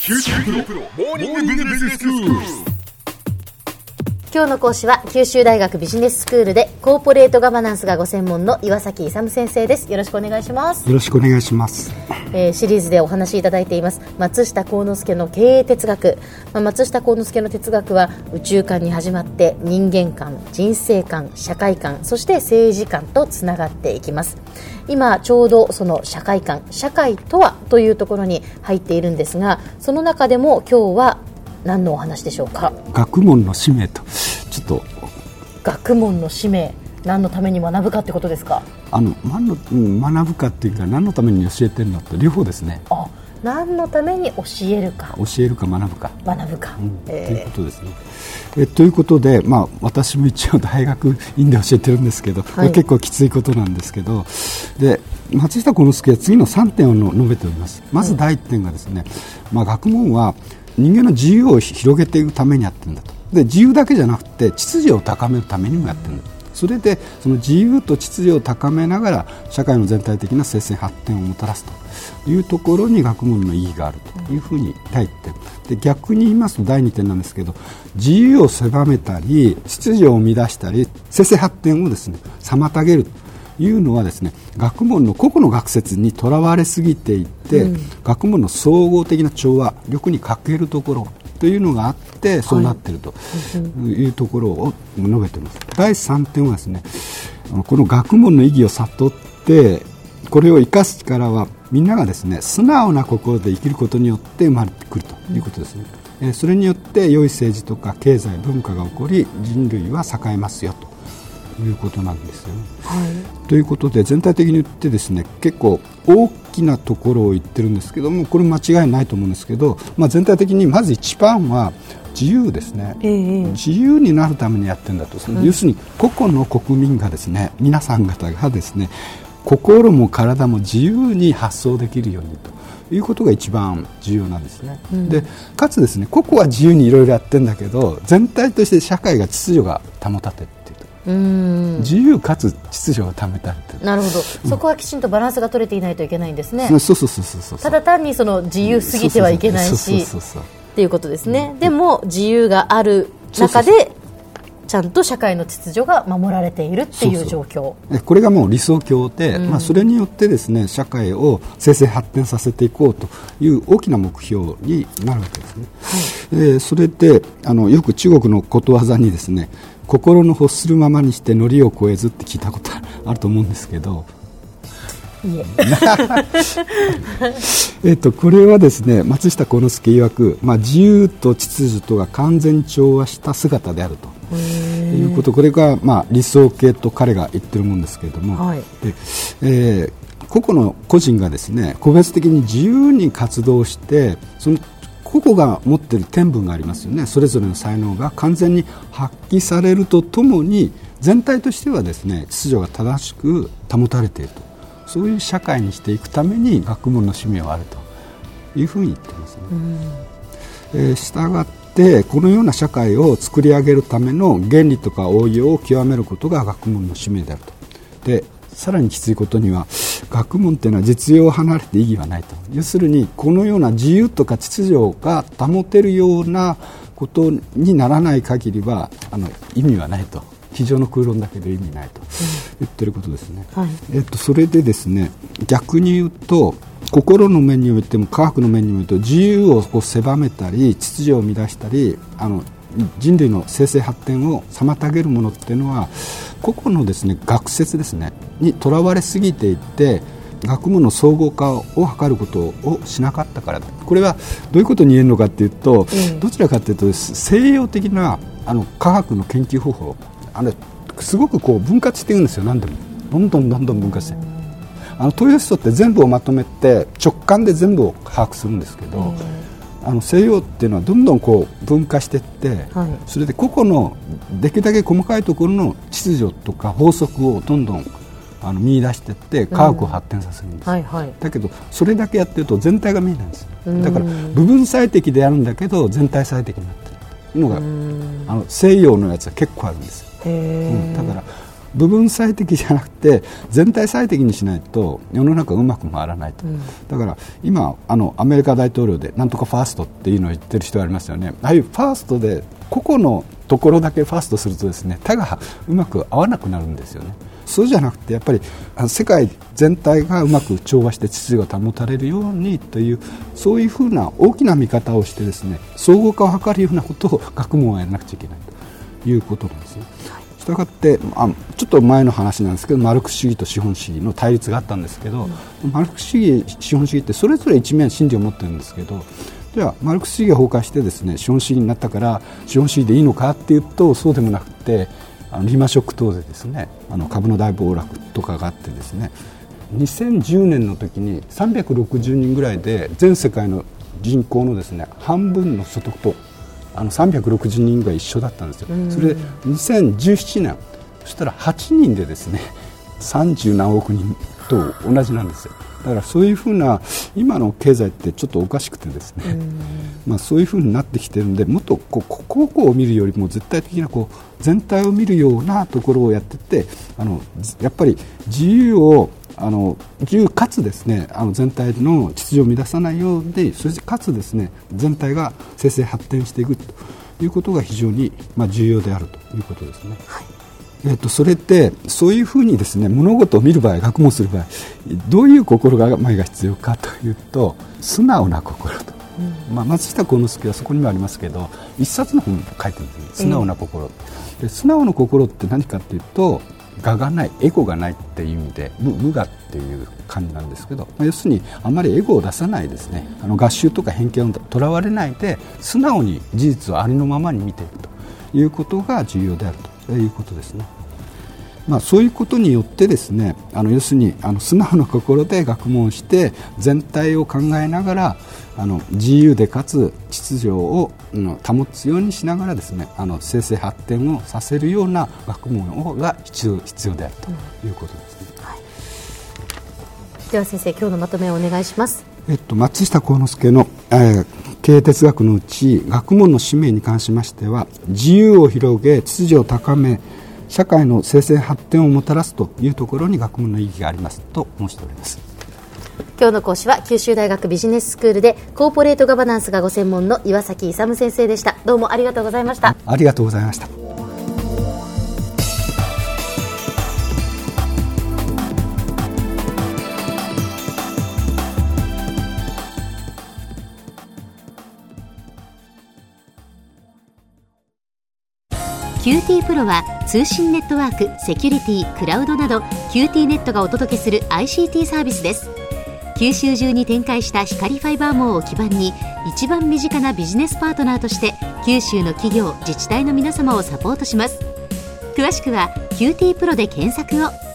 九州大学モーニングビジネススクール。 今日の講師は九州大学ビジネススクールでコーポレートガバナンスがご専門の岩崎勇先生です。よろしくお願いします。 よろしくお願いします。 シリーズでお話しいただいています松下幸之助の経営哲学、松下幸之助の哲学は宇宙観に始まって人間観、人生観、社会観、そして政治観とつながっていきます。今ちょうどその社会観、社会とはというところに入っているんですが、その中でも今日は何のお話でしょうか。 学問の使命と、ちょっと学問の使命、何のために学ぶかってことですか。 学ぶかっていうか、何のために教えてるのと両方ですね。 何のために教えるか学ぶか、 ということですね。ということで、私も一応大学院で教えてるんですけど、これ結構きついことなんですけど、で松下幸之助は次の3点を述べております。まず第1点がですね、学問は人間の自由を広げていくためにやってるんだと。で自由だけじゃなくて秩序を高めるためにもやってるんだ。それでその自由と秩序を高めながら社会の全体的な生成発展をもたらすというところに学問の意義があるというふうに第一点で、逆に言いますと第2点なんですけど、自由を狭めたり秩序を乱したり生成発展をですね妨げるというのはですね、学問の個々の学説にとらわれすぎていて、学問の総合的な調和力に欠けるところというのがあってそうなっているというところを述べています。第3点はですね、この学問の意義を悟ってこれを生かす力はみんながですね素直な心で生きることによって生まれてくるということですね。それによって良い政治とか経済文化が起こり人類は栄えますよということなんですよね。ということで全体的に言ってですね、結構大きなところを言ってるんですけども、これ間違いないと思うんですけど、全体的にまず一番は自由ですね。自由になるためにやってるんだと。要するに個々の国民がですね、皆さん方がですね心も体も自由に発想できるようにということが一番重要なんですね。でかつですね、個々は自由にいろいろやってるんだけど全体として社会が秩序が保たれている。自由かつ秩序を保たれている。 なるほど、そこはきちんとバランスが取れていないといけないんですね。 ただ単にその自由すぎてはいけないしっていうことですね。でも自由がある中でちゃんと社会の秩序が守られているっていう状況。 これがもう理想郷で、それによってですね社会を生成発展させていこうという大きな目標になるわけですね。それでよく中国のことわざにですね、心の欲するままにして糊を越えずって聞いたことあると思うんですけど、これはですね、松下幸之助曰く、自由と秩序とが完全に調和した姿であるということ、これが理想形と彼が言ってるもんですけれども、個々の個人がですね個別的に自由に活動してその個々が持っている天分がありますよね。それぞれの才能が完全に発揮されるとともに全体としてはですね秩序が正しく保たれていると、そういう社会にしていくために学問の使命はあるというふうに言っていますね。したがってこのような社会を作り上げるための原理とか応用を極めることが学問の使命であると。でさらにきついことには学問というのは実用を離れて意義はないと。要するにこのような自由とか秩序が保てるようなことにならない限りは意味はないと。机上の空論だけで意味ないと言ってることですね。それでですね、逆に言うと心の面においても科学の面においても自由を狭めたり秩序を乱したり人類の生成発展を妨げるものっていうのは個々のですね学説ですねにとらわれすぎていって学問の総合化を図ることをしなかったからだ。これはどういうことに言えるのかというと、どちらかというと西洋的な科学の研究方法すごく分割していくんですよ。何でもどんどん分割して、東洋思想って全部をまとめて直感で全部を把握するんですけど、西洋っていうのはどんどん分化していって、それで個々のできるだけ細かいところの秩序とか法則をどんどん見出していって科学を発展させるんです、だけどそれだけやってると全体が見えないんですよ。だから部分最適でやるんだけど全体最適になってるのが西洋のやつは結構あるんですよ。だから部分最適じゃなくて全体最適にしないと世の中うまく回らないと、だから今アメリカ大統領でなんとかファーストっていうのを言ってる人がありますよね。ああいうファーストで個々のところだけファーストするとですね、他がうまく合わなくなるんですよね。そうじゃなくてやっぱり世界全体がうまく調和して秩序が保たれるようにという、そういうふうな大きな見方をしてですね、相互化を図るようなことを学問はやらなくちゃいけないということなんですね。したがってちょっと前の話なんですけど、マルクス主義と資本主義の対立があったんですけど、マルクス主義資本主義ってそれぞれ一面真理を持ってるんですけど、ではマルクス主義が崩壊してですね、資本主義になったから資本主義でいいのかっていうとそうでもなくて、リーマンショック等でですね、株の大暴落とかがあってですね、2010年の時に360人ぐらいで全世界の人口のですね半分の所得と360人が一緒だったんですよ。それで2017年そしたら8人でですね30何億人と同じなんですよ。だからそういうふうな今の経済ってちょっとおかしくてですね、そういうふうになってきてるんで、もっと個々を見るよりも絶対的な全体を見るようなところをやってて、やっぱり自由かつですね全体の秩序を乱さないようで、そしてかつですね全体が生成発展していくということが非常に重要であるということですね。それってそういうふうにですね物事を見る場合、学問する場合どういう心構えが必要かというと、素直な心と、松下幸之助はそこにもありますけど一冊の本を書いてるんですね、素直な心、で素直な心って何かというと我がない、エゴがないっていう意味で無我っていう感じなんですけど、要するにあまりエゴを出さないですね、合衆とか偏見をとらわれないで素直に事実をありのままに見ていくということが重要であるということですね。そういうことによってですね、要するに素直な心で学問をして全体を考えながら自由でかつ秩序を保つようにしながらですね生成発展をさせるような学問が必要であるということですね。 では先生、今日のまとめをお願いします。 松下幸之助の、経営哲学のうち学問の使命に関しましては、自由を広げ秩序を高め社会の生成発展をもたらすというところに学問の意義がありますと申しております。 今日の講師は九州大学ビジネススクールでコーポレートガバナンスがご専門の岩崎勇先生でした。どうもありがとうございました。 ありがとうございました。 QT プロは通信ネットワーク、セキュリティ、クラウドなど QT ネットがお届けする ICT サービスです。九州中に展開した光ファイバー網を基盤に一番身近なビジネスパートナーとして九州の企業、自治体の皆様をサポートします。詳しくは QT プロで検索を。